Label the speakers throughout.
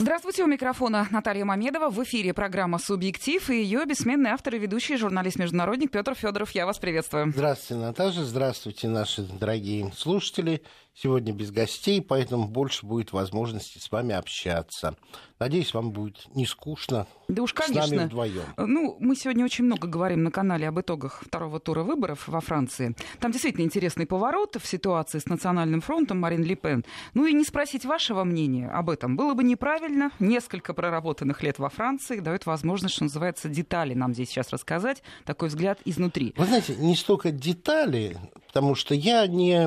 Speaker 1: Здравствуйте, у микрофона Наталья Мамедова. В эфире программа «Субъектив» и ее бессменный автор и ведущий журналист-международник Петр Федоров. Я вас приветствую.
Speaker 2: Здравствуйте, Наташа. Здравствуйте, наши дорогие слушатели. Сегодня без гостей, поэтому больше будет возможности с вами общаться. Надеюсь, вам будет не скучно.
Speaker 1: Да уж, конечно.
Speaker 2: С нами вдвоем.
Speaker 1: Мы сегодня очень много говорим на канале об итогах второго тура выборов во Франции. Там действительно интересный поворот в ситуации с Национальным фронтом Марин Ле Пен. Ну и не спросить вашего мнения об этом было бы неправильно. Несколько проработанных лет во Франции дают возможность, что называется, детали нам здесь сейчас рассказать. Такой взгляд изнутри.
Speaker 2: Вы знаете, не столько детали, потому что я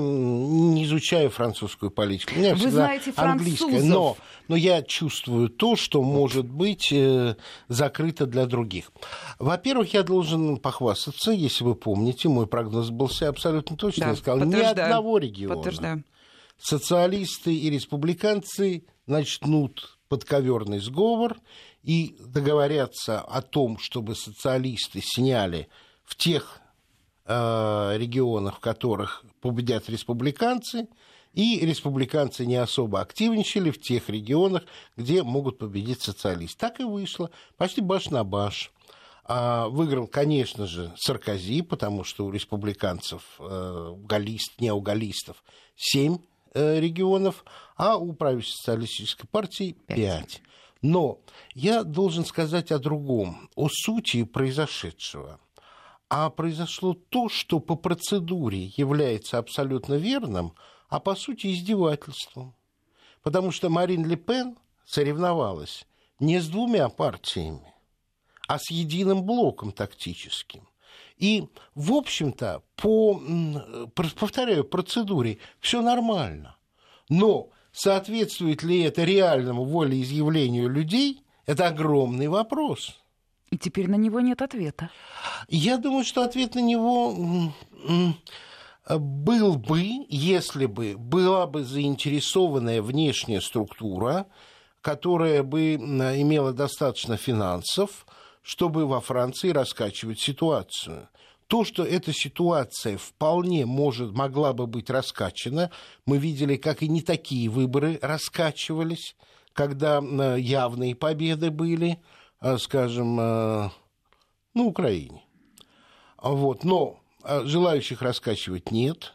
Speaker 2: не изучаю французскую политику. У меня
Speaker 1: Вы
Speaker 2: всегда
Speaker 1: знаете
Speaker 2: английская, но я чувствую то, что может быть закрыто для других. Во-первых, я должен похвастаться, если вы помните, мой прогноз был абсолютно точно.
Speaker 1: Да,
Speaker 2: я сказал, ни одного региона.
Speaker 1: Подтверждаю.
Speaker 2: Социалисты и республиканцы начнут подковерный сговор и договорятся о том, чтобы социалисты сняли в тех регионах, в которых победят республиканцы, и республиканцы не особо активничали в тех регионах, где могут победить социалисты. Так и вышло. Почти баш на баш. Выиграл, конечно же, Саркози, потому что у республиканцев, неогаллистов 7 регионов, а у правительства социалистической партии 5. Но я должен сказать о другом, о сути произошедшего. А произошло то, что по процедуре является абсолютно верным, а по сути издевательством. Потому что Марин Ле Пен соревновалась не с двумя партиями, а с единым блоком тактическим. И, в общем-то, повторяю, процедуре все нормально. Но соответствует ли это реальному волеизъявлению людей, это огромный вопрос.
Speaker 1: И теперь на него нет ответа.
Speaker 2: Я думаю, что ответ на него был бы, если бы была бы заинтересованная внешняя структура, которая бы имела достаточно финансов, чтобы во Франции раскачивать ситуацию. То, что эта ситуация вполне могла бы быть раскачана, мы видели, как и не такие выборы раскачивались, когда явные победы были, скажем, на Украине. Но желающих раскачивать нет.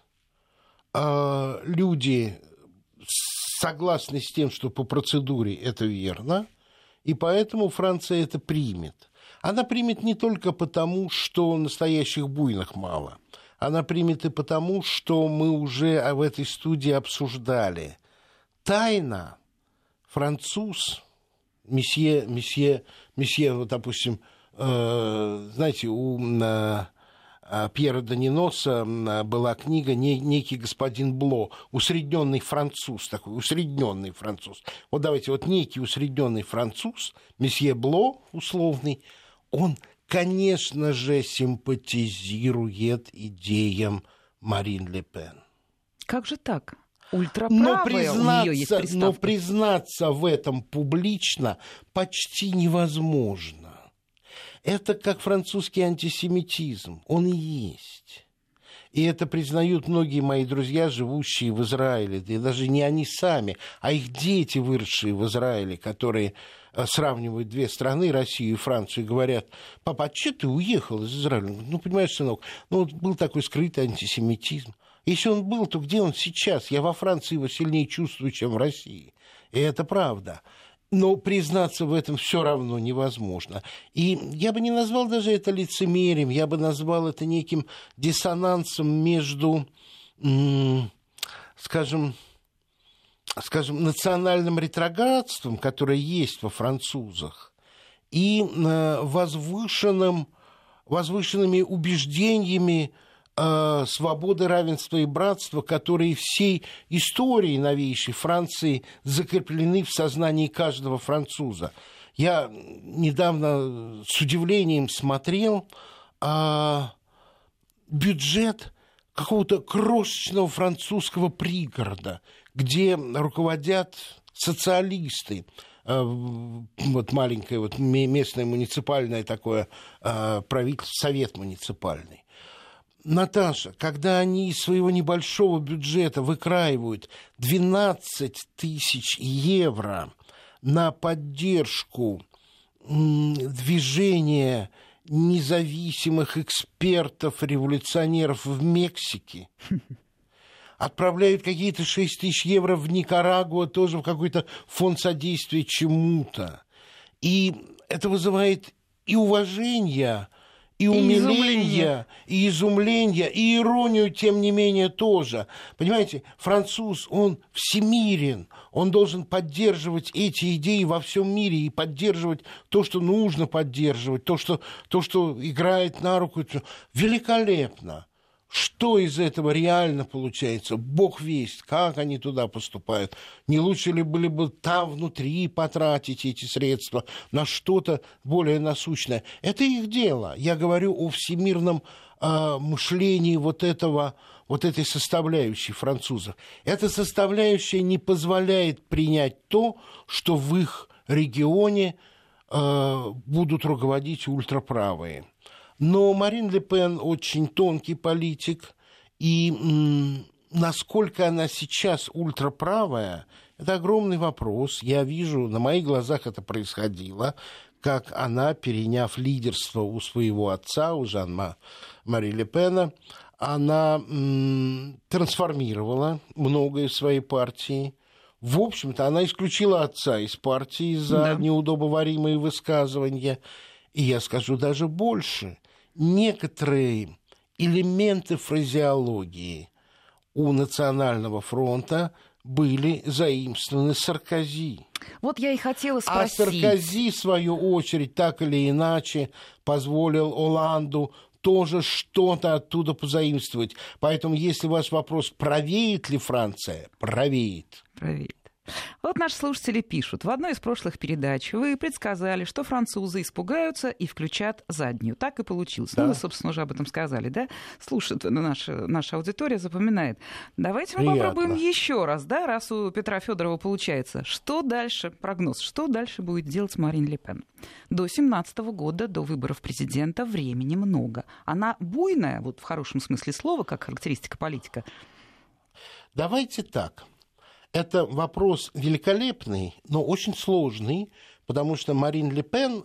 Speaker 2: Люди согласны с тем, что по процедуре это верно, и поэтому Франция это примет. Она примет не только потому, что настоящих буйных мало. Она примет и потому, что мы уже в этой студии обсуждали. Тайна француз, месье, вот, допустим, знаете, у Пьера Даниноса была книга «Некий господин Бло», усредненный француз, такой усредненный француз. Вот давайте, вот некий усредненный француз, месье Бло, условный, он, конечно же, симпатизирует идеям Марин Ле Пен.
Speaker 1: Как же так? Ультраправая у нее есть приставка.
Speaker 2: Но признаться в этом публично почти невозможно. Это как французский антисемитизм. Он и есть. И это признают многие мои друзья, живущие в Израиле. Да и даже не они сами, а их дети, выросшие в Израиле, которые сравнивают две страны, Россию и Францию, и говорят: папа, а что ты уехал из Израиля? Ну, понимаешь, сынок, был такой скрытый антисемитизм. Если он был, то где он сейчас? Я во Франции его сильнее чувствую, чем в России. И это правда. Но признаться в этом все равно невозможно. И я бы не назвал даже это лицемерием, я бы назвал это неким диссонансом между, скажем, национальным ретроградством, которое есть во французах, и возвышенными убеждениями свободы, равенства и братства, которые всей историей новейшей Франции закреплены в сознании каждого француза. Я недавно с удивлением смотрел бюджет какого-то крошечного французского пригорода, где руководят социалисты. Вот маленькое местное муниципальное такое правительство, совет муниципальный. Наташа, когда они из своего небольшого бюджета выкраивают 12 тысяч евро на поддержку движения независимых экспертов, революционеров в Мексике, отправляют какие-то 6 тысяч евро в Никарагуа, тоже в какой-то фонд содействия чему-то. И это вызывает и уважение, и умиление, и изумление, и иронию, тем не менее, тоже. Понимаете, француз, он всемирен, он должен поддерживать эти идеи во всем мире и поддерживать то, что нужно поддерживать, то, что играет на руку. Великолепно. Что из этого реально получается? Бог весть, как они туда поступают. Не лучше ли были бы там внутри потратить эти средства на что-то более насущное? Это их дело. Я говорю о всемирном мышлении вот этой составляющей французов. Эта составляющая не позволяет принять то, что в их регионе будут руководить ультраправые. Но Марин Ле Пен очень тонкий политик, и насколько она сейчас ультраправая, это огромный вопрос. Я вижу, на моих глазах это происходило, как она, переняв лидерство у своего отца, у Жан-Мари Ле Пена, она трансформировала многое в своей партии. В общем-то, она исключила отца из партии за неудобоваримые высказывания. И я скажу даже больше. Некоторые элементы фразеологии у Национального фронта были заимствованы Саркози.
Speaker 1: Вот я и хотела спросить.
Speaker 2: А Саркози, в свою очередь, так или иначе позволил Оланду тоже что-то оттуда позаимствовать. Поэтому, если ваш вопрос, правеет ли Франция, правеет.
Speaker 1: Правеет. Вот наши слушатели пишут. В одной из прошлых передач вы предсказали, что французы испугаются и включат заднюю. Так и получилось. Да. Ну, вы, собственно, уже об этом сказали, да? Слушает, наша аудитория запоминает. Давайте мы попробуем еще раз, да, раз у Петра Федорова получается. Что дальше? Прогноз. Что дальше будет делать Марин Ле Пен? До 2017 года, до выборов президента, времени много. Она буйная, вот в хорошем смысле слова, как характеристика политика?
Speaker 2: Давайте так. Это вопрос великолепный, но очень сложный, потому что Марин Ле Пен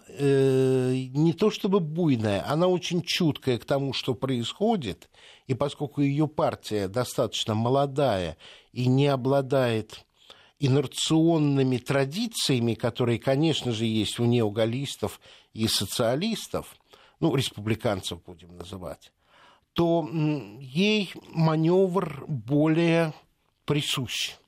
Speaker 2: не то чтобы буйная, она очень чуткая к тому, что происходит, и поскольку ее партия достаточно молодая и не обладает инерционными традициями, которые, конечно же, есть у неогаллистов и социалистов, ну, республиканцев будем называть, то ей маневр более присущ.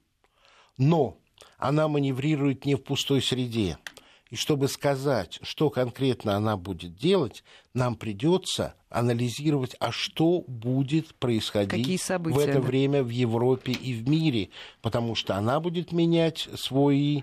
Speaker 2: Но она маневрирует не в пустой среде. И чтобы сказать, что конкретно она будет делать, нам придется анализировать, а что будет происходить в это время в Европе и в мире. Потому что она будет менять свои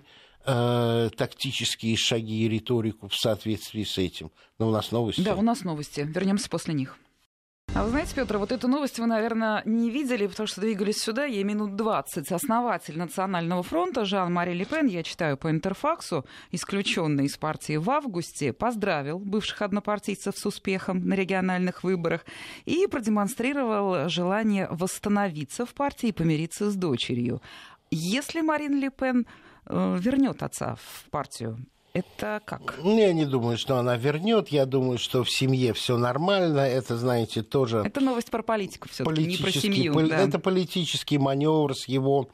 Speaker 2: тактические шаги и риторику в соответствии с этим. Но у нас новости.
Speaker 1: Да, у нас новости. Вернемся после них. А вы знаете, Петр, вот эту новость вы, наверное, не видели, потому что двигались сюда, ей минут 20. Основатель Национального фронта Жан-Мари Ле Пен, я читаю по Интерфаксу, исключенный из партии в августе, поздравил бывших однопартийцев с успехом на региональных выборах и продемонстрировал желание восстановиться в партии и помириться с дочерью. Если Марин Ле Пен вернет отца в партию, это как?
Speaker 2: Я не думаю, что она вернет. Я думаю, что в семье все нормально. Это, знаете, тоже...
Speaker 1: Это новость про политику все-таки, не про семью. Да.
Speaker 2: Это политический маневр с его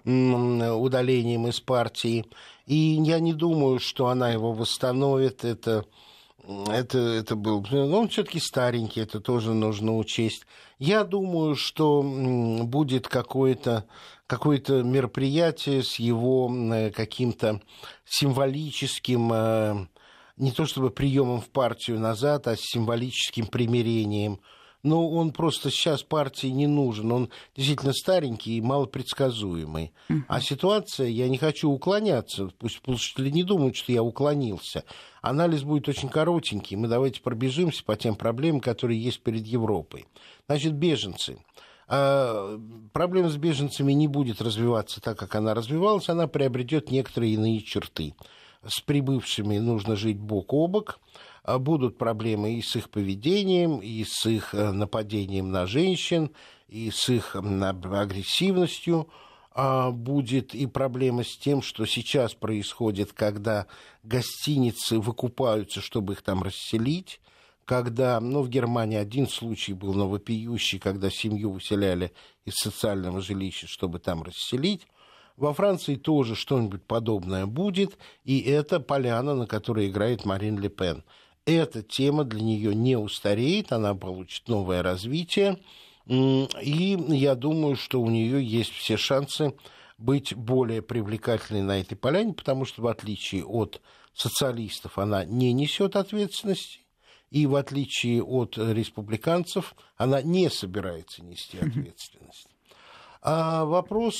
Speaker 2: удалением из партии. И я не думаю, что она его восстановит. Это был... Он все-таки старенький, это тоже нужно учесть. Я думаю, что будет какое-то мероприятие с его каким-то символическим, не то чтобы приемом в партию назад, а с символическим примирением. Но он просто сейчас партии не нужен. Он действительно старенький и малопредсказуемый. А ситуация, я не хочу уклоняться, пусть слушатели не думают, что я уклонился. Анализ будет очень коротенький. Мы давайте пробежимся по тем проблемам, которые есть перед Европой. Значит, беженцы. Проблема с беженцами не будет развиваться так, как она развивалась, она приобретет некоторые иные черты. С прибывшими нужно жить бок о бок, будут проблемы и с их поведением, и с их нападением на женщин, и с их агрессивностью, будет и проблема с тем, что сейчас происходит, когда гостиницы выкупаются, чтобы их там расселить, когда, в Германии один случай был, но вопиющий, когда семью выселяли из социального жилища, чтобы там расселить. Во Франции тоже что-нибудь подобное будет, и это поляна, на которой играет Марин Ле Пен. Эта тема для нее не устареет, она получит новое развитие, и я думаю, что у нее есть все шансы быть более привлекательной на этой поляне, потому что, в отличие от социалистов, она не несет ответственности, и в отличие от республиканцев, она не собирается нести ответственность. А вопрос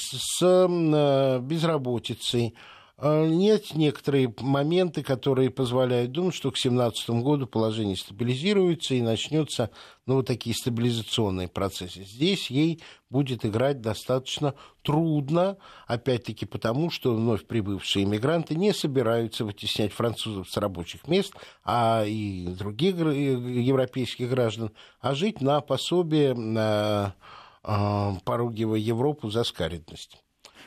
Speaker 2: с безработицей. Есть некоторые моменты, которые позволяют думать, что к 2017 году положение стабилизируется и начнется вот такие стабилизационные процессы. Здесь ей будет играть достаточно трудно, опять-таки потому, что вновь прибывшие иммигранты не собираются вытеснять французов с рабочих мест, и других европейских граждан, а жить на пособие, поругивая Европу за скаредность.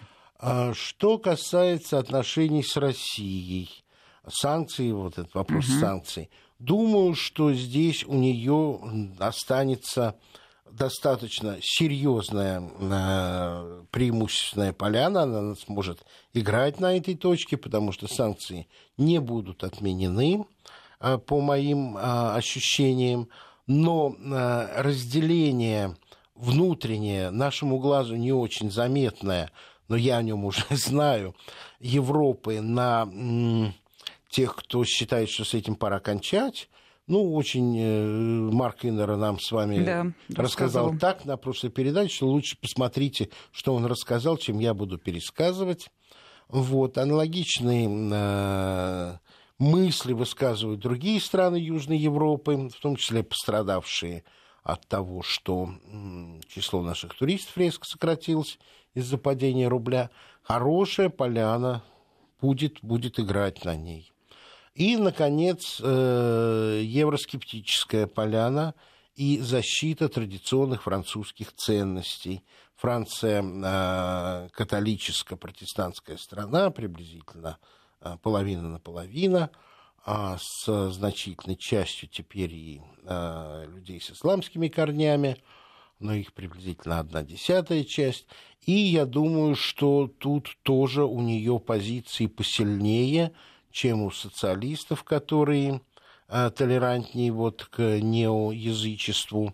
Speaker 2: Что касается отношений с Россией, санкций, вот этот вопрос санкций, думаю, что здесь у нее останется достаточно серьезная преимущественная поляна, она сможет играть на этой точке, потому что санкции не будут отменены, по моим ощущениям, но разделение внутреннее, нашему глазу не очень заметное, но я о нем уже знаю, Европы на тех, кто считает, что с этим пора кончать. Очень Марк Иннер нам с вами рассказал так на прошлой передаче, что лучше посмотрите, что он рассказал, чем я буду пересказывать. Аналогичные мысли высказывают другие страны Южной Европы, в том числе пострадавшие от того, что число наших туристов резко сократилось из-за падения рубля. Хорошая поляна будет играть на ней. И, наконец, евроскептическая поляна и защита традиционных французских ценностей. Франция католическо-протестантская страна, приблизительно половина на половину, с значительной частью теперь и людей с исламскими корнями, но их приблизительно 1/10 часть. И я думаю, что тут тоже у нее позиции посильнее, чем у социалистов, которые толерантнее к неоязычеству.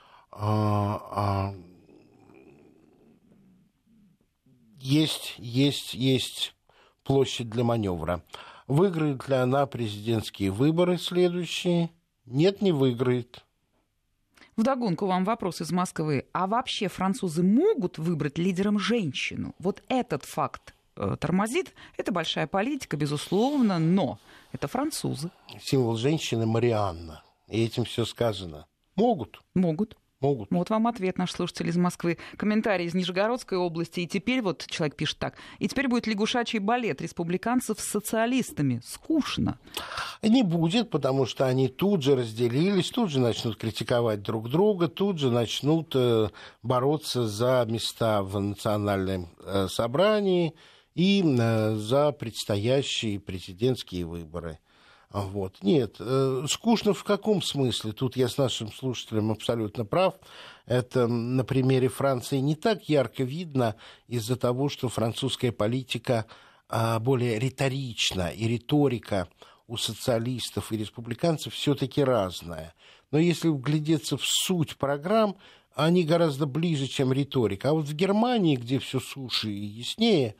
Speaker 2: Есть площадь для маневра. Выиграет ли она президентские выборы следующие? Нет, не выиграет.
Speaker 1: Вдогонку вам вопрос из Москвы. А вообще французы могут выбрать лидером женщину? Вот этот факт тормозит. Это большая политика, безусловно, но это французы.
Speaker 2: Символ женщины Марианна. И этим все сказано. Могут.
Speaker 1: Могут. Вот вам ответ, наш слушатель из Москвы. Комментарий из Нижегородской области. И теперь человек пишет так. И теперь будет лягушачий балет республиканцев с социалистами. Скучно.
Speaker 2: Не будет, потому что они тут же разделились, тут же начнут критиковать друг друга, тут же начнут бороться за места в национальном собрании и за предстоящие президентские выборы. Нет, скучно в каком смысле? Тут я с нашим слушателем абсолютно прав. Это на примере Франции не так ярко видно из-за того, что французская политика более риторична, и риторика у социалистов и республиканцев все-таки разная. Но если вглядеться в суть программ, они гораздо ближе, чем риторика. А в Германии, где все суше и яснее,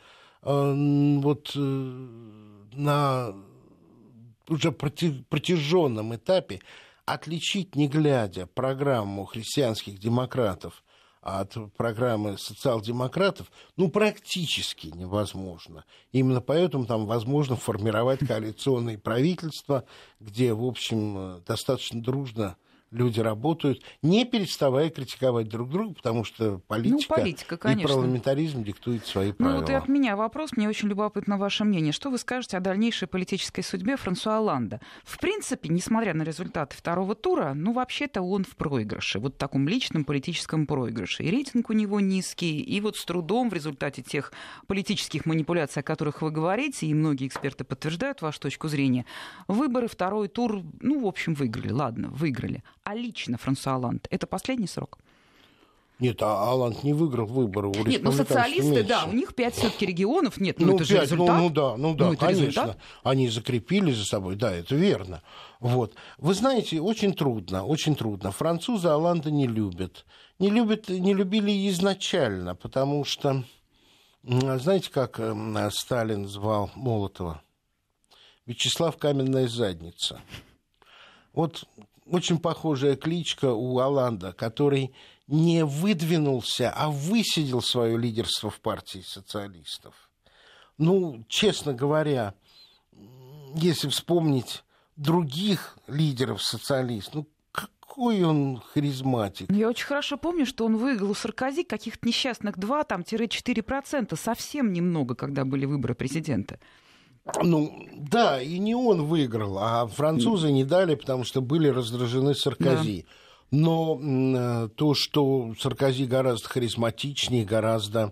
Speaker 2: на уже протяженном этапе отличить, не глядя, программу христианских демократов от программы социал-демократов, практически невозможно. Именно поэтому там возможно формировать коалиционные правительства, где, в общем, достаточно дружно люди работают, не переставая критиковать друг друга, потому что политика и парламентаризм диктуют свои правила.
Speaker 1: Ну вот и от меня вопрос, мне очень любопытно ваше мнение. Что вы скажете о дальнейшей политической судьбе Франсуа Олланда? В принципе, несмотря на результаты второго тура, ну вообще-то он в проигрыше, вот в таком личном политическом проигрыше. И рейтинг у него низкий, и вот с трудом в результате тех политических манипуляций, о которых вы говорите, и многие эксперты подтверждают вашу точку зрения, выборы, второй тур, ну, в общем, выиграли, ладно, выиграли. А лично Франсуа Олланд — это последний срок?
Speaker 2: Нет, а Олланд не выиграл выборы.
Speaker 1: Нет, ну социалисты, меньше. Да, у них 5 все-таки регионов. Нет, ну это 5, же результат.
Speaker 2: Ну да, конечно.
Speaker 1: Результат.
Speaker 2: Они закрепили за собой, да, это верно. Вот. Вы знаете, очень трудно. Французы Олланда не любят. Не любили изначально, потому что, знаете, как Сталин звал Молотова? Вячеслав Каменная задница. Вот очень похожая кличка у Олланда, который не выдвинулся, а высидел свое лидерство в партии социалистов. Ну, честно говоря, если вспомнить других лидеров социалистов, ну, какой он харизматик.
Speaker 1: Я очень хорошо помню, что он выиграл у Саркози каких-то несчастных 2-4%, совсем немного, когда были выборы президента.
Speaker 2: Ну, да, и не он выиграл, а французы не дали, потому что были раздражены Саркози. Да. Но то, что Саркози гораздо харизматичнее, гораздо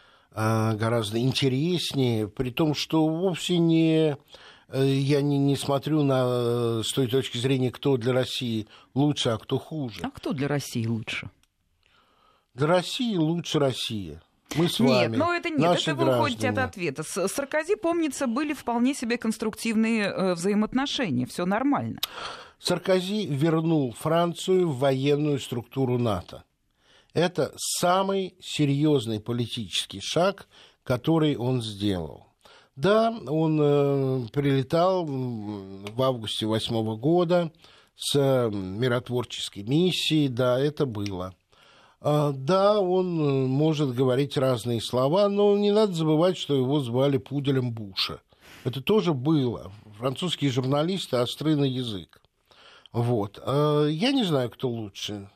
Speaker 2: интереснее, при том, что вовсе не... Я не смотрю с той точки зрения, кто для России лучше, а кто хуже.
Speaker 1: А кто для России лучше?
Speaker 2: Для России лучше Россия. Мы с вами,
Speaker 1: это вы уходите от ответа. С Саркози, помнится, были вполне себе конструктивные взаимоотношения, все нормально.
Speaker 2: Саркози вернул Францию в военную структуру НАТО. Это самый серьезный политический шаг, который он сделал. Да, он прилетал в августе 2008 года с миротворческой миссией, да, это было. Да, он может говорить разные слова, но не надо забывать, что его звали пуделем Буша. Это тоже было. Французские журналисты остры на язык. Вот. Я не знаю, кто лучше.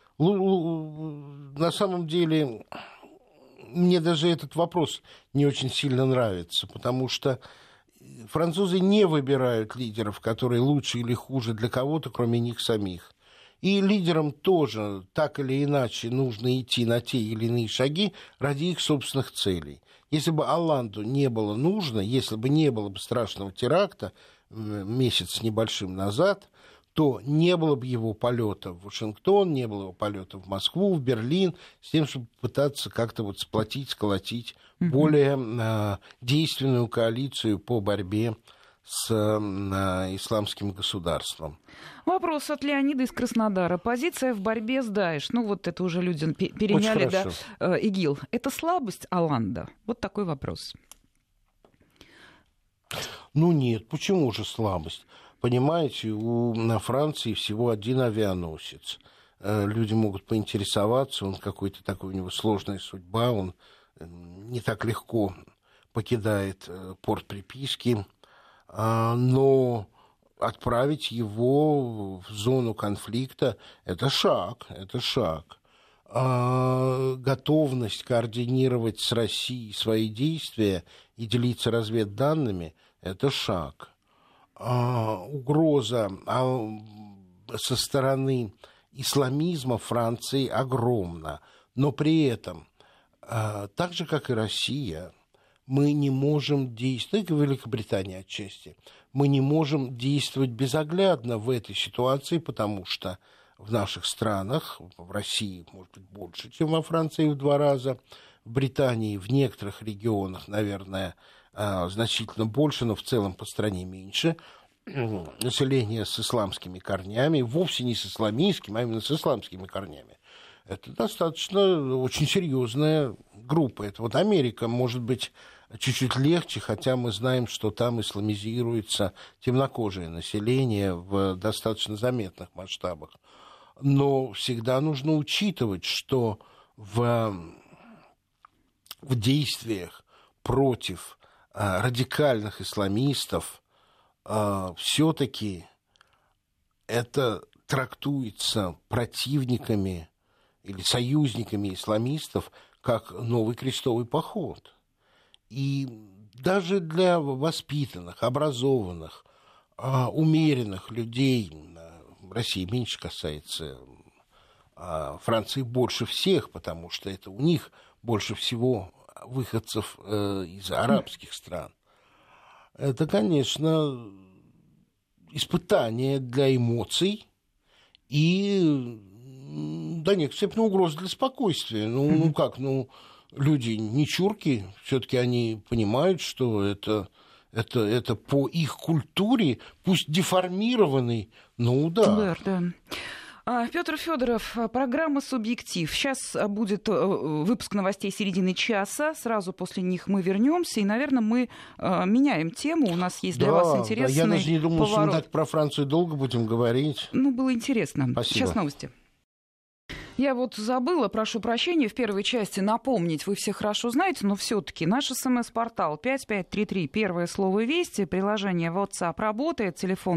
Speaker 2: На самом деле, мне даже этот вопрос не очень сильно нравится, потому что французы не выбирают лидеров, которые лучше или хуже для кого-то, кроме них самих. И лидерам тоже так или иначе нужно идти на те или иные шаги ради их собственных целей. Если бы Олланду не было нужно, если бы не было бы страшного теракта месяц с небольшим назад, то не было бы его полета в Вашингтон, не было его полета в Москву, в Берлин, с тем, чтобы пытаться как-то вот сплотить, сколотить более действенную коалицию по борьбе с исламским государством.
Speaker 1: Вопрос от Леонида из Краснодара. Позиция в борьбе с Даиш. Ну, вот это уже люди переняли, да, ИГИЛ. Это слабость Олланда? Вот такой вопрос.
Speaker 2: Ну, нет, почему же слабость? Понимаете, на Франции всего один авианосец. Люди могут поинтересоваться, он какой-то такой, у него сложная судьба, он не так легко покидает порт приписки. Но отправить его в зону конфликта – это шаг. Готовность координировать с Россией свои действия и делиться разведданными – это шаг. Угроза со стороны исламизма Франции огромна, но при этом, так же, как и Россия, мы не можем действовать, и Великобритания отчасти, мы не можем действовать безоглядно в этой ситуации, потому что в наших странах, в России, может быть, больше, чем во Франции в 2 раза, в Британии, в некоторых регионах, наверное, значительно больше, но в целом по стране меньше, население с исламскими корнями, вовсе не с исламистскими, а именно с исламскими корнями. Это достаточно очень серьезная группа. Это вот Америка, может быть, чуть-чуть легче, хотя мы знаем, что там исламизируется темнокожее население в достаточно заметных масштабах. Но всегда нужно учитывать, что в действиях против радикальных исламистов все-таки это трактуется противниками или союзниками исламистов как новый крестовый поход. И даже для воспитанных, образованных, умеренных людей, в России меньше касается, Франции больше всех, потому что это у них больше всего выходцев из арабских стран. Это, конечно, испытание для эмоций и до некоторой степени угроза для спокойствия. Люди не чурки, все-таки они понимают, что это по их культуре, пусть деформированный, но удар.
Speaker 1: Да. Петр Федоров, программа «Субъектив». Сейчас будет выпуск новостей середины часа. Сразу после них мы вернемся. И, наверное, мы меняем тему. У нас есть для вас интересный
Speaker 2: я даже не думал,
Speaker 1: поворот.
Speaker 2: что мы так про Францию долго будем говорить.
Speaker 1: Было интересно.
Speaker 2: Спасибо.
Speaker 1: Сейчас новости. Я забыла, прошу прощения, в первой части напомнить, вы все хорошо знаете, но все-таки наш СМС-портал 5533, первое слово «Вести», приложение WhatsApp работает, телефон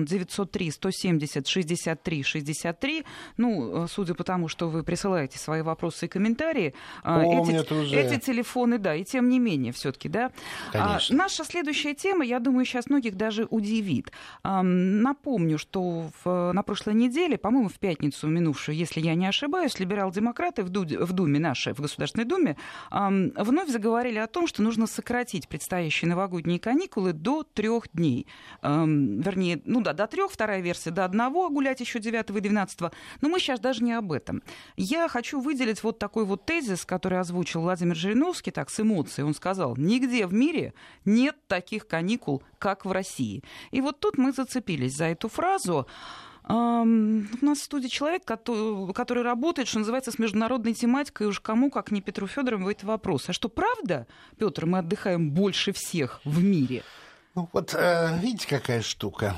Speaker 1: 903-170-63-63. Судя по тому, что вы присылаете свои вопросы и комментарии, эти телефоны, да, и тем не менее все-таки, да.
Speaker 2: Конечно.
Speaker 1: Наша следующая тема, я думаю, сейчас многих даже удивит. Напомню, что на прошлой неделе, по-моему, в пятницу минувшую, если я не ошибаюсь, либерал-демократы в Думе нашей, в Государственной Думе, вновь заговорили о том, что нужно сократить предстоящие новогодние каникулы до 3 дней. Вернее, до 3, вторая версия, до 1, гулять еще 9 и 12. Но мы сейчас даже не об этом. Я хочу выделить такой тезис, который озвучил Владимир Жириновский, так, с эмоцией. Он сказал: нигде в мире нет таких каникул, как в России. И тут мы зацепились за эту фразу. У нас в студии человек, который работает, что называется, с международной тематикой, и уж кому, как не Петру Федорову, это вопрос. А что, правда, Петр, мы отдыхаем больше всех в мире?
Speaker 2: Видите, какая штука?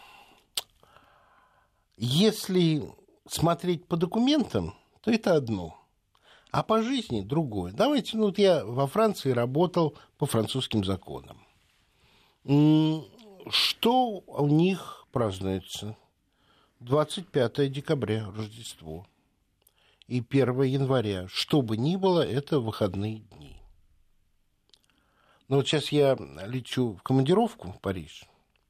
Speaker 2: Если смотреть по документам, то это одно, а по жизни другое. Давайте, я во Франции работал по французским законам. Что у них празднуется? 25 декабря, Рождество, и 1 января. Что бы ни было, это выходные дни. Но сейчас я лечу в командировку в Париж.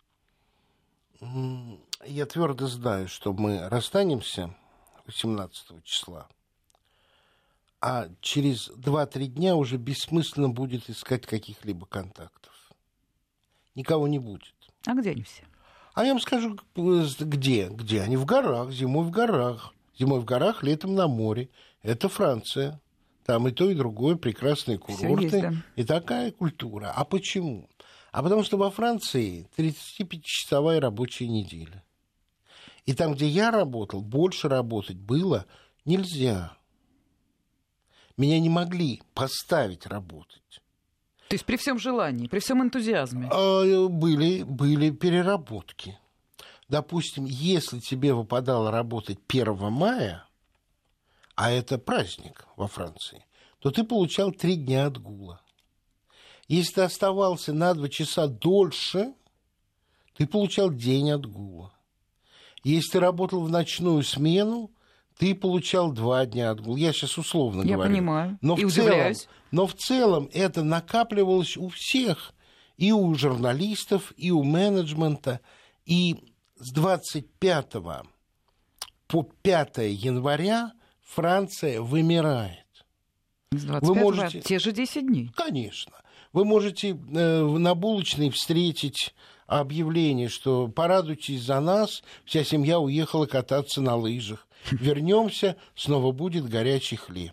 Speaker 2: Я твердо знаю, что мы расстанемся 18 числа, а через 2-3 дня уже бессмысленно будет искать каких-либо контактов. Никого не будет.
Speaker 1: А где они все?
Speaker 2: А я вам скажу, где? Где? Они в горах, зимой в горах. Зимой в горах, летом на море. Это Франция. Там и то, и другое, прекрасные курорты.
Speaker 1: Есть, да.
Speaker 2: И такая культура. А почему? А потому что во Франции 35-часовая рабочая неделя. И там, где я работал, больше работать было нельзя. Меня не могли поставить работать.
Speaker 1: То есть при всем желании, при всем энтузиазме?
Speaker 2: Были переработки. Допустим, если тебе выпадало работать 1 мая, а это праздник во Франции, то ты получал 3 дня отгула. Если ты оставался на 2 часа дольше, ты получал день отгула. Если ты работал в ночную смену, ты получал 2 дня отгула. Я сейчас условно говорю.
Speaker 1: Я понимаю. И удивляюсь.
Speaker 2: Но в целом это накапливалось у всех. И у журналистов, и у менеджмента. И с 25 по 5 января Франция вымирает.
Speaker 1: С 25 те же 10 дней.
Speaker 2: Конечно. Вы можете на булочной встретить объявление, что порадуйтесь за нас, вся семья уехала кататься на лыжах. Вернемся, снова будет горячий хлеб.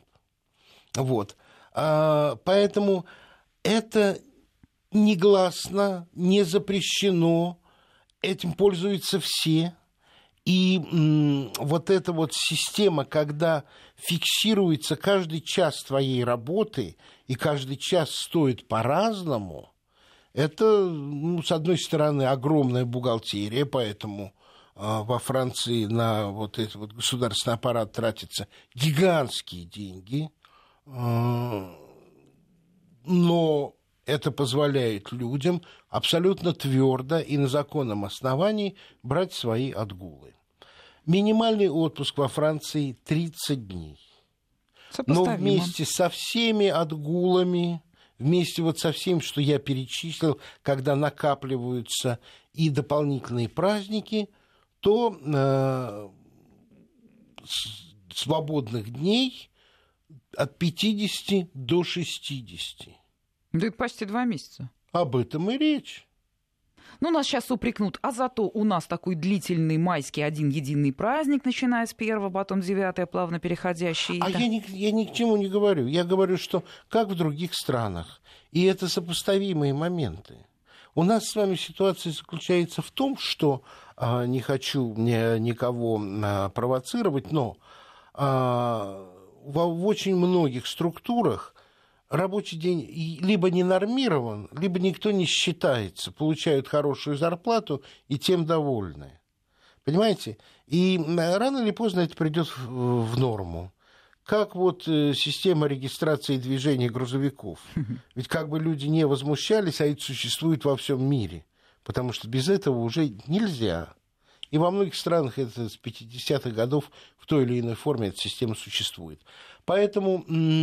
Speaker 2: Поэтому это негласно, не запрещено, этим пользуются все. И эта система, когда фиксируется каждый час твоей работы, и каждый час стоит по-разному, это, с одной стороны, огромная бухгалтерия, поэтому во Франции на этот государственный аппарат тратятся гигантские деньги, но это позволяет людям абсолютно твердо и на законном основании брать свои отгулы. Минимальный отпуск во Франции 30 дней. Но вместе со всеми отгулами, вместе вот со всем, что я перечислил, когда накапливаются и дополнительные праздники, то свободных дней от 50 до 60.
Speaker 1: Да это почти 2 месяца.
Speaker 2: Об этом и речь.
Speaker 1: Ну, нас сейчас упрекнут, а зато у нас такой длительный майский один единый праздник, начиная с 1, потом 9, плавно переходящий.
Speaker 2: Я ни к чему не говорю. Я говорю, что как в других странах. И это сопоставимые моменты. У нас с вами ситуация заключается в том, что, не хочу никого провоцировать, но в очень многих структурах рабочий день либо не нормирован, либо никто не считается, получают хорошую зарплату и тем довольны. Понимаете? И рано или поздно это придет в норму. Как вот система регистрации движения грузовиков. Ведь как бы люди не возмущались, а это существует во всем мире. Потому что без этого уже нельзя. И во многих странах это с 50-х годов в той или иной форме эта система существует. Поэтому...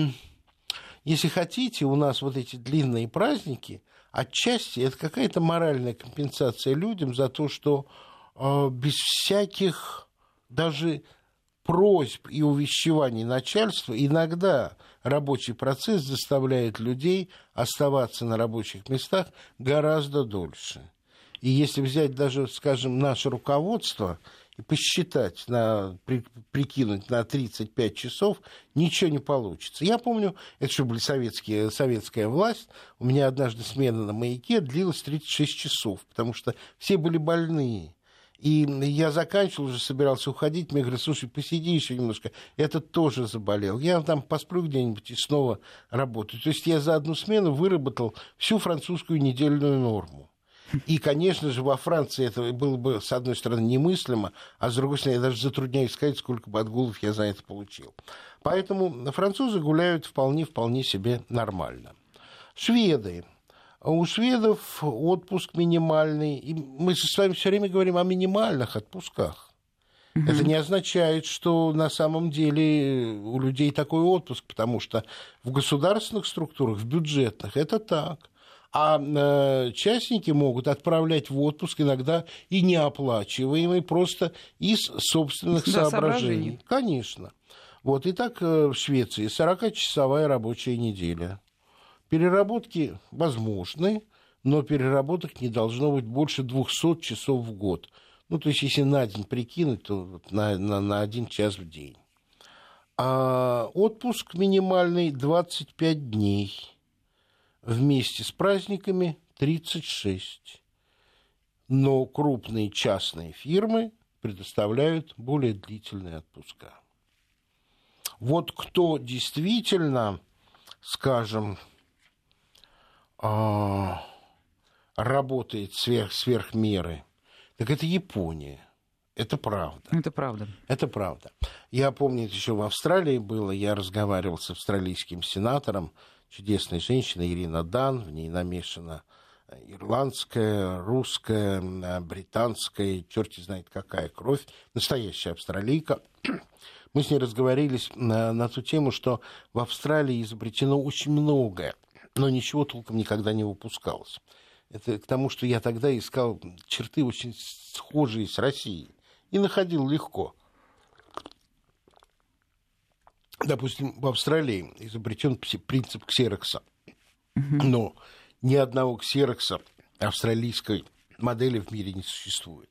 Speaker 2: Если хотите, у нас вот эти длинные праздники, отчасти это какая-то моральная компенсация людям за то, что без всяких даже просьб и увещеваний начальства иногда рабочий процесс заставляет людей оставаться на рабочих местах гораздо дольше. И если взять даже, скажем, наше руководство и посчитать, прикинуть на 35 часов, ничего не получится. Я помню, это что были советская власть, у меня однажды смена на «Маяке» длилась 36 часов, потому что все были больные. И я заканчивал, уже собирался уходить, мне говорят: слушай, посиди еще немножко, этот тоже заболел. Я там посплю где-нибудь и снова работаю. То есть я за одну смену выработал всю французскую недельную норму. И, конечно же, во Франции это было бы, с одной стороны, немыслимо, а с другой стороны, я даже затрудняюсь сказать, сколько бы отгулов я за это получил. Поэтому французы гуляют вполне себе нормально. Шведы. У шведов отпуск минимальный. И мы с вами все время говорим о минимальных отпусках. Это не означает, что на самом деле у людей такой отпуск, потому что в государственных структурах, в бюджетных, это так. А частники могут отправлять в отпуск иногда и неоплачиваемый, просто из собственных соображений. Конечно. Вот. И так в Швеции 40-часовая рабочая неделя. Переработки возможны, но переработок не должно быть больше 200 часов в год. Ну, то есть, если на день прикинуть, то на 1 час в день. А отпуск минимальный 25 дней. Вместе с праздниками 36. Но крупные частные фирмы предоставляют более длительные отпуска. Вот кто действительно, скажем, работает сверх меры, так это Япония. Это правда.
Speaker 1: Это правда.
Speaker 2: Это правда. Я помню, это еще в Австралии было, я разговаривал с австралийским сенатором, чудесная женщина Ирина Дан, в ней намешана ирландская, русская, британская, черти знает какая кровь, настоящая австралийка. Мы с ней разговаривали на ту тему, что в Австралии изобретено очень многое, но ничего толком никогда не выпускалось. Это к тому, что я тогда искал черты очень схожие с Россией и находил легко. Допустим, в Австралии изобретен принцип ксерокса, но ни одного ксерокса австралийской модели в мире не существует.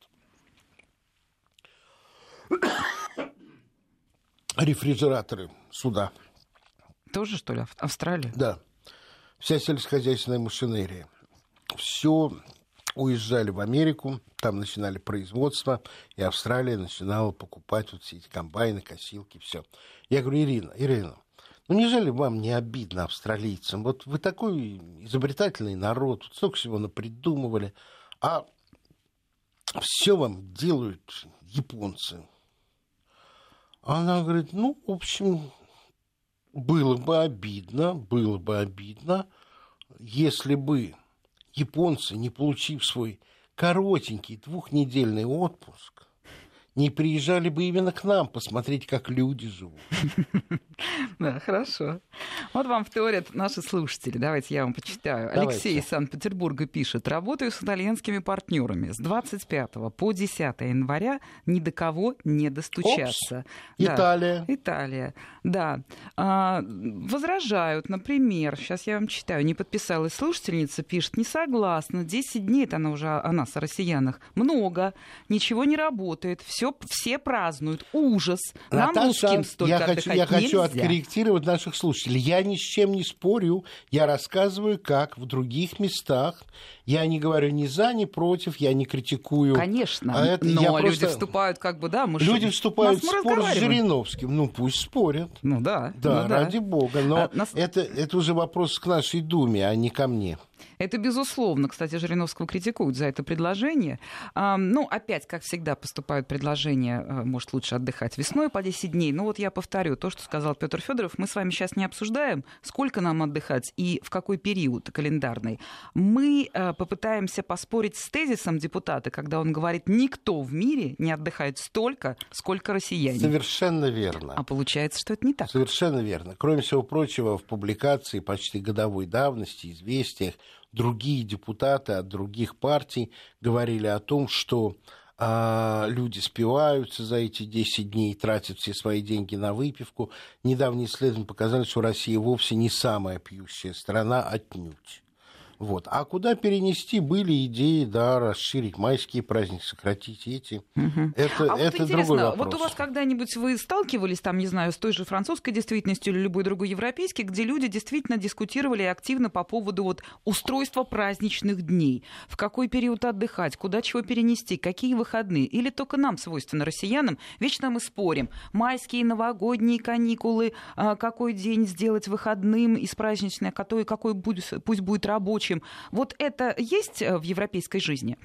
Speaker 2: Рефрижераторы суда.
Speaker 1: Тоже, что ли, Австралия?
Speaker 2: Да. Вся сельскохозяйственная машинерия. Все уезжали в Америку, там начинали производство, и Австралия начинала покупать вот все эти комбайны, косилки, все. Я говорю: Ирина, ну неужели вам не обидно, австралийцам? Вот вы такой изобретательный народ, вот столько всего напридумывали, а все вам делают японцы. Она говорит: ну, в общем, было бы обидно, если бы японцы, не получив свой коротенький 2-недельный отпуск, не приезжали бы именно к нам посмотреть, как люди живут.
Speaker 1: Да, хорошо. Вот вам в теории наши слушатели. Давайте я вам почитаю. Алексей из Санкт-Петербурга пишет. Работаю с итальянскими партнерами. С 25 по 10 января ни до кого не достучаться.
Speaker 2: Италия.
Speaker 1: Италия, да. Возражают, например, сейчас я вам читаю, не подписалась слушательница, пишет, не согласна, 10 дней, это она уже о нас, о россиянах, много, ничего не работает, все празднуют, ужас. Нам,
Speaker 2: Наташа,
Speaker 1: русским, столько отдыхать
Speaker 2: я хочу
Speaker 1: нельзя.
Speaker 2: откорректировать наших слушателей. Я ни с чем не спорю, я рассказываю, как в других местах. Я не говорю ни за, ни против, я не критикую.
Speaker 1: Конечно, но люди вступают
Speaker 2: люди вступают в спор с Жириновским. Ну, пусть спорят.
Speaker 1: Ну да.
Speaker 2: Да, ради бога. Но это уже вопрос к нашей Думе, а не ко мне.
Speaker 1: Это безусловно. Кстати, Жириновского критикуют за это предложение. Опять, как всегда, поступают предложения, может, лучше отдыхать весной по 10 дней. Но вот я повторю то, что сказал Петр Федоров. Мы с вами сейчас не обсуждаем, сколько нам отдыхать и в какой период календарный. Мы попытаемся поспорить с тезисом депутата, когда он говорит, никто в мире не отдыхает столько, сколько россияне.
Speaker 2: Совершенно верно.
Speaker 1: А получается, что это не так.
Speaker 2: Совершенно верно. Кроме всего прочего, в публикации почти годовой давности, известиях, другие депутаты от других партий говорили о том, что люди спиваются за эти 10 дней, тратят все свои деньги на выпивку. Недавние исследования показали, что Россия вовсе не самая пьющая страна, отнюдь. Вот. А куда перенести были идеи, расширить майские праздники, сократить эти. Это другой вопрос.
Speaker 1: Вот у вас когда-нибудь вы сталкивались, не знаю, с той же французской действительностью или любой другой европейской, где люди действительно дискутировали активно по поводу устройства праздничных дней? В какой период отдыхать, куда чего перенести, какие выходные? Или только нам, свойственно россиянам, вечно мы спорим. Майские, новогодние каникулы, какой день сделать выходным из праздничной, какой пусть будет рабочий. Вот это есть в европейской жизни?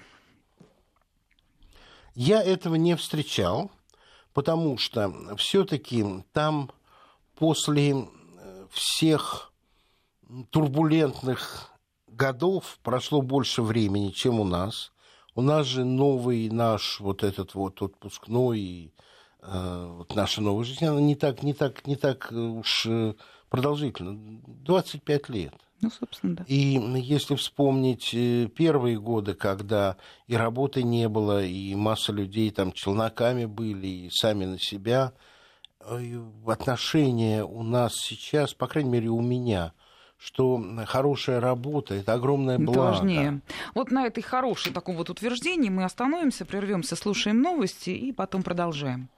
Speaker 2: Я этого не встречал, потому что все-таки там после всех турбулентных годов прошло больше времени, чем у нас. У нас же новый наш отпускной, наша новая жизнь, она не так уж продолжительна. 25 лет.
Speaker 1: Собственно, да.
Speaker 2: И если вспомнить первые годы, когда и работы не было, и масса людей челноками были, и сами на себя, отношения у нас сейчас, по крайней мере, у меня, что хорошая работа – это огромное благо.
Speaker 1: Это важнее. Вот на этой хорошей таком утверждении мы остановимся, прервемся, слушаем новости и потом продолжаем.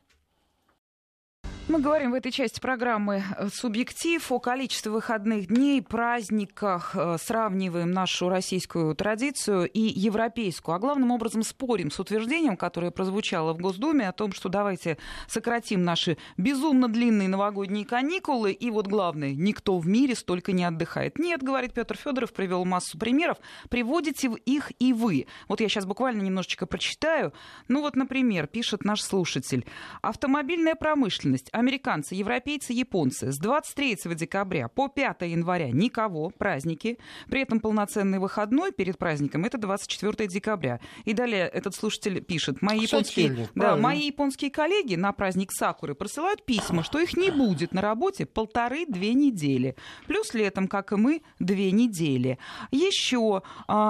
Speaker 1: Мы говорим в этой части программы «Субъектив» о количестве выходных дней, праздниках, сравниваем нашу российскую традицию и европейскую. А главным образом спорим с утверждением, которое прозвучало в Госдуме, о том, что давайте сократим наши безумно длинные новогодние каникулы, и главное, никто в мире столько не отдыхает. Нет, говорит Петр Федоров, привел массу примеров, приводите их и вы. Вот я сейчас буквально немножечко прочитаю. Например, пишет наш слушатель. Автомобильная промышленность. Американцы, европейцы, японцы с 23 декабря по 5 января никого, праздники. При этом полноценный выходной перед праздником – это 24 декабря. И далее этот слушатель пишет. Мои японские коллеги на праздник Сакуры присылают письма, что их не будет на работе 1,5-2 недели. Плюс летом, как и мы, 2 недели. Еще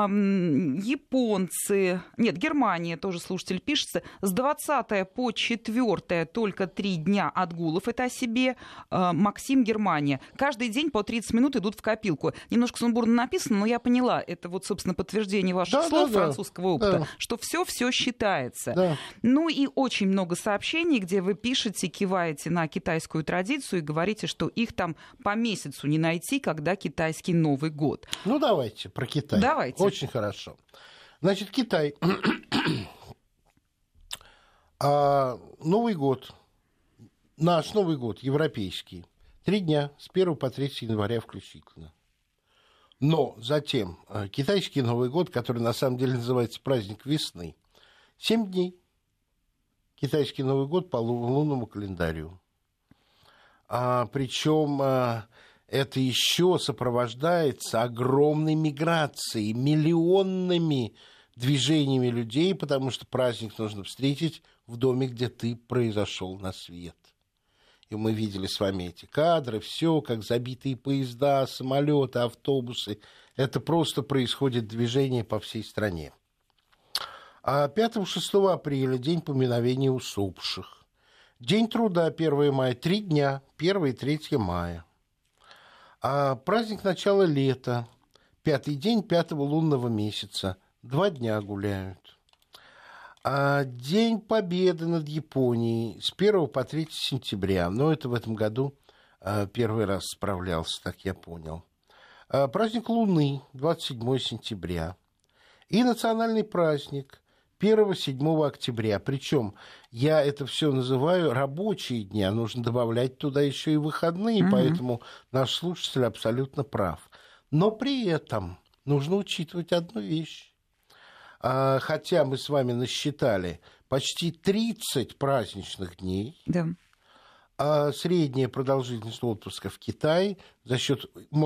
Speaker 1: Германия, тоже слушатель пишется, с 20 по 4 только 3 дня отгулов, это о себе. Максим, Германия. Каждый день по 30 минут идут в копилку. Немножко сумбурно написано, но я поняла. Это собственно, подтверждение ваших слов, французского опыта, что все считается.
Speaker 2: Да.
Speaker 1: И очень много сообщений, где вы пишете, киваете на китайскую традицию и говорите, что их там по месяцу не найти, когда китайский Новый год.
Speaker 2: Давайте про Китай.
Speaker 1: Давайте.
Speaker 2: Очень хорошо. Значит, Китай. Новый год. Наш Новый год, европейский, 3 дня, с 1 по 3 января включительно. Но затем китайский Новый год, который на самом деле называется праздник весны, 7 дней. Китайский Новый год по лунному календарю. Причем это еще сопровождается огромной миграцией, миллионными движениями людей, потому что праздник нужно встретить в доме, где ты произошел на свет. И мы видели с вами эти кадры, все, как забитые поезда, самолеты, автобусы. Это просто происходит движение по всей стране. А 5-6 апреля день поминовения усопших. День труда 1 мая, 3 дня, 1 и 3 мая. А праздник начала лета, 5-й день 5-го лунного месяца, 2 дня гуляют. А День Победы над Японией с 1 по 3 сентября. Но это в этом году первый раз справлялся, так я понял. Праздник Луны 27 сентября. И национальный праздник 1-7 октября. Причем я это все называю рабочие дни, а нужно добавлять туда еще и выходные, поэтому наш слушатель абсолютно прав. Но при этом нужно учитывать одну вещь. Хотя мы с вами насчитали почти 30 праздничных дней,
Speaker 1: да.
Speaker 2: Средняя продолжительность отпуска в Китае за счет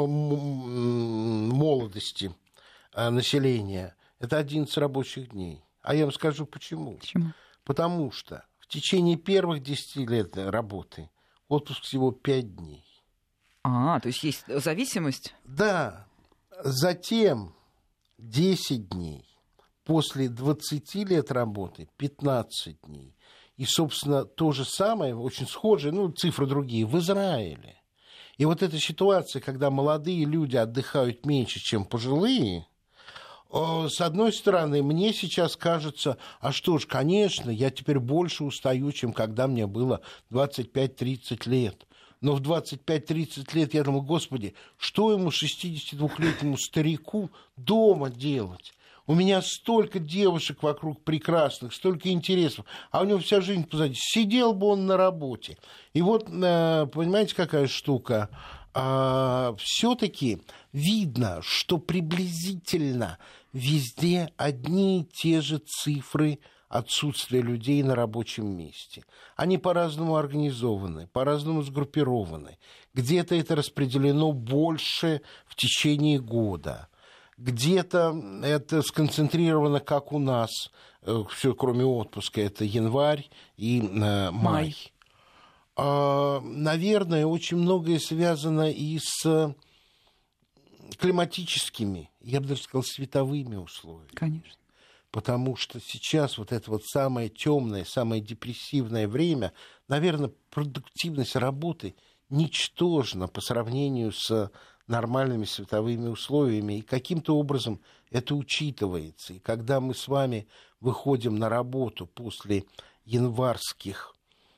Speaker 2: молодости населения – это 11 рабочих дней. А я вам скажу почему.
Speaker 1: Почему?
Speaker 2: Потому что в течение первых 10 лет работы отпуск всего 5 дней.
Speaker 1: То есть есть зависимость?
Speaker 2: Да. Затем 10 дней. После 20 лет работы 15 дней. И, собственно, то же самое, очень схожее, цифры другие, в Израиле. И вот эта ситуация, когда молодые люди отдыхают меньше, чем пожилые, с одной стороны, мне сейчас кажется, что ж, конечно, я теперь больше устаю, чем когда мне было 25-30 лет. Но в 25-30 лет я думаю, господи, что ему, 62-летнему старику, дома делать? У меня столько девушек вокруг прекрасных, столько интересов, а у него вся жизнь позади. Сидел бы он на работе. И вот, понимаете, какая штука? Все-таки видно, что приблизительно везде одни и те же цифры отсутствия людей на рабочем месте. Они по-разному организованы, по-разному сгруппированы. Где-то это распределено больше в течение года. Где-то это сконцентрировано, как у нас, все кроме отпуска, это январь и май. Наверное, очень многое связано и с климатическими, я бы даже сказал, световыми условиями.
Speaker 1: Конечно.
Speaker 2: Потому что сейчас вот это вот самое темное, самое депрессивное время, наверное, продуктивность работы ничтожна по сравнению с нормальными световыми условиями, и каким-то образом это учитывается. И когда мы с вами выходим на работу после январских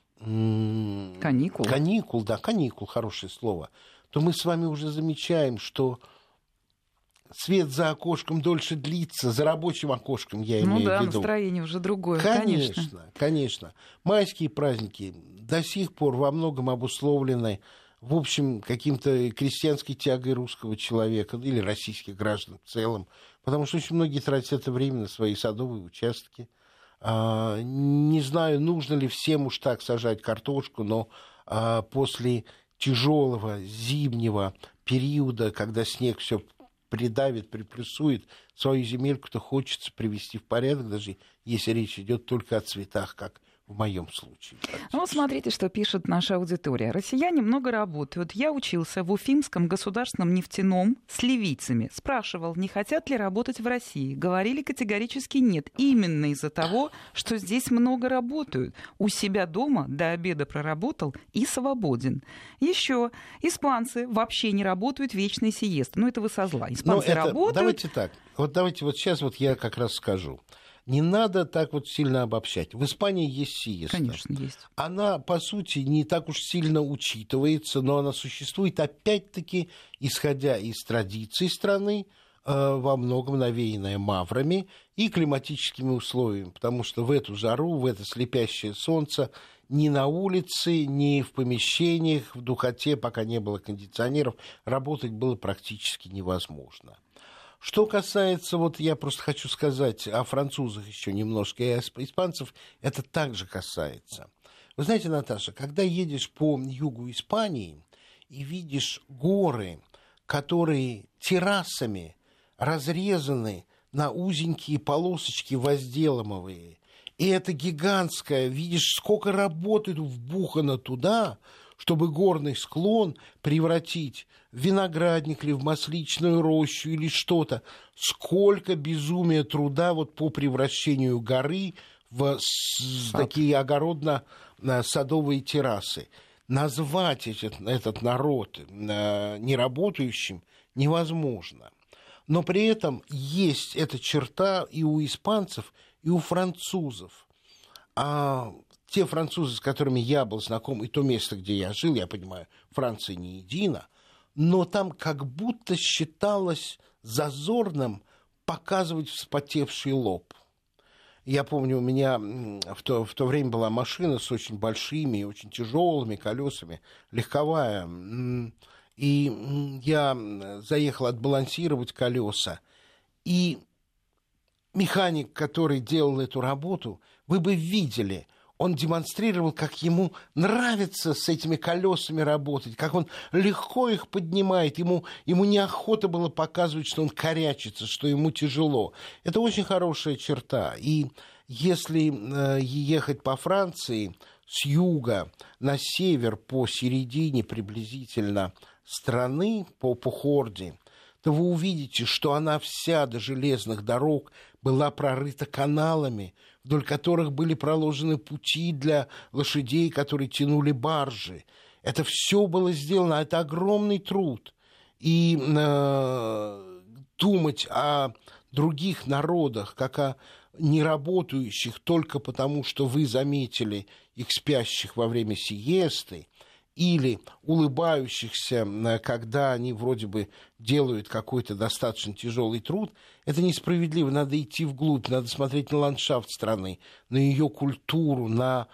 Speaker 2: каникул, хорошее слово, то мы с вами уже замечаем, что свет за окошком дольше длится, за рабочим окошком я имею в виду.
Speaker 1: Настроение уже другое,
Speaker 2: конечно. Майские праздники до сих пор во многом обусловлены, в общем, каким-то крестьянской тягой русского человека или российских граждан в целом, потому что очень многие тратят это время на свои садовые участки. Не знаю, нужно ли всем уж так сажать картошку, но после тяжелого зимнего периода, когда снег все придавит, приплюсует, свою земельку-то хочется привести в порядок, даже если речь идет только о цветах, как в моем случае.
Speaker 1: Вот смотрите, что пишет наша аудитория. Россияне много работают. Я учился в Уфимском государственном нефтяном с ливийцами. Спрашивал, не хотят ли работать в России. Говорили категорически нет. Именно из-за того, что здесь много работают. У себя дома до обеда проработал и свободен. Еще испанцы вообще не работают вечной сиесты. Это вы со зла. Испанцы работают.
Speaker 2: Давайте так. Давайте сейчас я как раз скажу. Не надо так вот сильно обобщать. В Испании есть сиеста.
Speaker 1: Конечно, есть.
Speaker 2: Она, по сути, не так уж сильно учитывается, но она существует, опять-таки, исходя из традиций страны, во многом навеянная маврами и климатическими условиями, потому что в эту жару, в это слепящее солнце ни на улице, ни в помещениях, в духоте, пока не было кондиционеров, работать было практически невозможно. Что касается, я просто хочу сказать о французах еще немножко, и испанцев это также касается. Вы знаете, Наташа, когда едешь по югу Испании и видишь горы, которые террасами разрезаны на узенькие полосочки возделываемые. И это гигантское, видишь, сколько работы вбухано туда, чтобы горный склон превратить в виноградник или в масличную рощу или что-то. Сколько безумия труда вот по превращению горы в такие огородно-садовые террасы. Назвать этот народ неработающим невозможно. Но при этом есть эта черта и у испанцев, и у французов. А те французы, с которыми я был знаком, и то место, где я жил, я понимаю, Франция не едина, но там как будто считалось зазорным показывать вспотевший лоб. Я помню, у меня в то время была машина с очень большими и очень тяжелыми колесами, легковая. И я заехал отбалансировать колеса. И механик, который делал эту работу, вы бы видели, он демонстрировал, как ему нравится с этими колесами работать, как он легко их поднимает. Ему неохота было показывать, что он корячится, что ему тяжело. Это очень хорошая черта. И если ехать по Франции с юга на север по середине приблизительно страны, по Хорде, то вы увидите, что она вся до железных дорог была прорыта каналами, вдоль которых были проложены пути для лошадей, которые тянули баржи. Это все было сделано, это огромный труд. И думать о других народах, как о неработающих только потому, что вы заметили их спящих во время сиесты, или улыбающихся, когда они вроде бы делают какой-то достаточно тяжелый труд, это несправедливо. Надо идти вглубь, надо смотреть на ландшафт страны, на ее культуру, на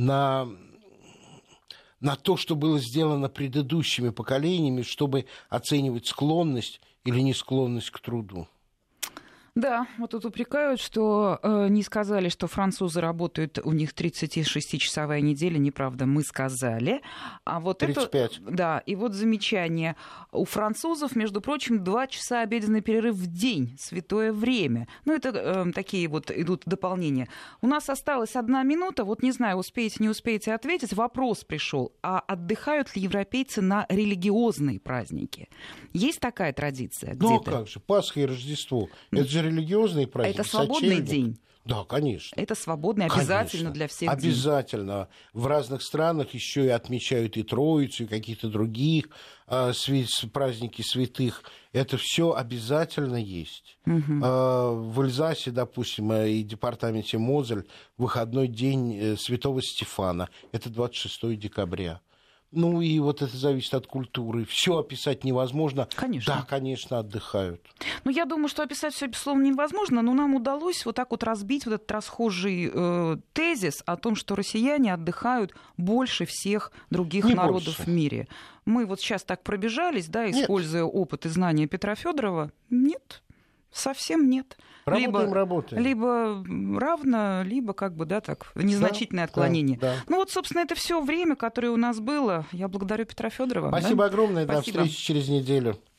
Speaker 2: то, что было сделано предыдущими поколениями, чтобы оценивать склонность или не склонность к труду.
Speaker 1: Да, вот тут упрекают, что не сказали, что французы работают, у них 36-часовая неделя. Неправда, мы сказали. А вот
Speaker 2: 35.
Speaker 1: Это, да, и вот замечание. У французов, между прочим, 2 часа обеденный перерыв в день, святое время. Ну, это такие вот идут дополнения. У нас осталась 1 минута. Вот не знаю, успеете, не успеете ответить. Вопрос пришел. А отдыхают ли европейцы на религиозные праздники? Есть такая традиция где-то?
Speaker 2: Ну, как же, Пасха и Рождество. Это же религиозные праздники.
Speaker 1: Это свободный
Speaker 2: сочельник.
Speaker 1: день?
Speaker 2: Да, конечно.
Speaker 1: Это свободный, обязательно
Speaker 2: конечно.
Speaker 1: Для всех
Speaker 2: обязательно. День. В разных странах еще и отмечают и Троицу, и какие-то другие праздники святых. Это все обязательно есть. Угу. В Эльзасе, допустим, и департаменте Мозель выходной день Святого Стефана. Это 26 декабря. Ну, и вот это зависит от культуры. Все описать невозможно.
Speaker 1: Конечно.
Speaker 2: Да, конечно, отдыхают.
Speaker 1: Ну, я думаю, что описать все, безусловно, невозможно, но нам удалось вот так вот разбить вот этот расхожий тезис о том, что россияне отдыхают больше всех других народов в мире. Мы вот сейчас так пробежались, да, используя опыт и знания Петра Фёдорова. Нет. Совсем нет.
Speaker 2: Работаем.
Speaker 1: Либо равно, либо как бы, да, так, незначительное отклонение.
Speaker 2: Да.
Speaker 1: Ну вот, собственно, это все время, которое у нас было. Я благодарю Петра Фёдорова.
Speaker 2: Спасибо огромное.
Speaker 1: Спасибо.
Speaker 2: До встречи через неделю.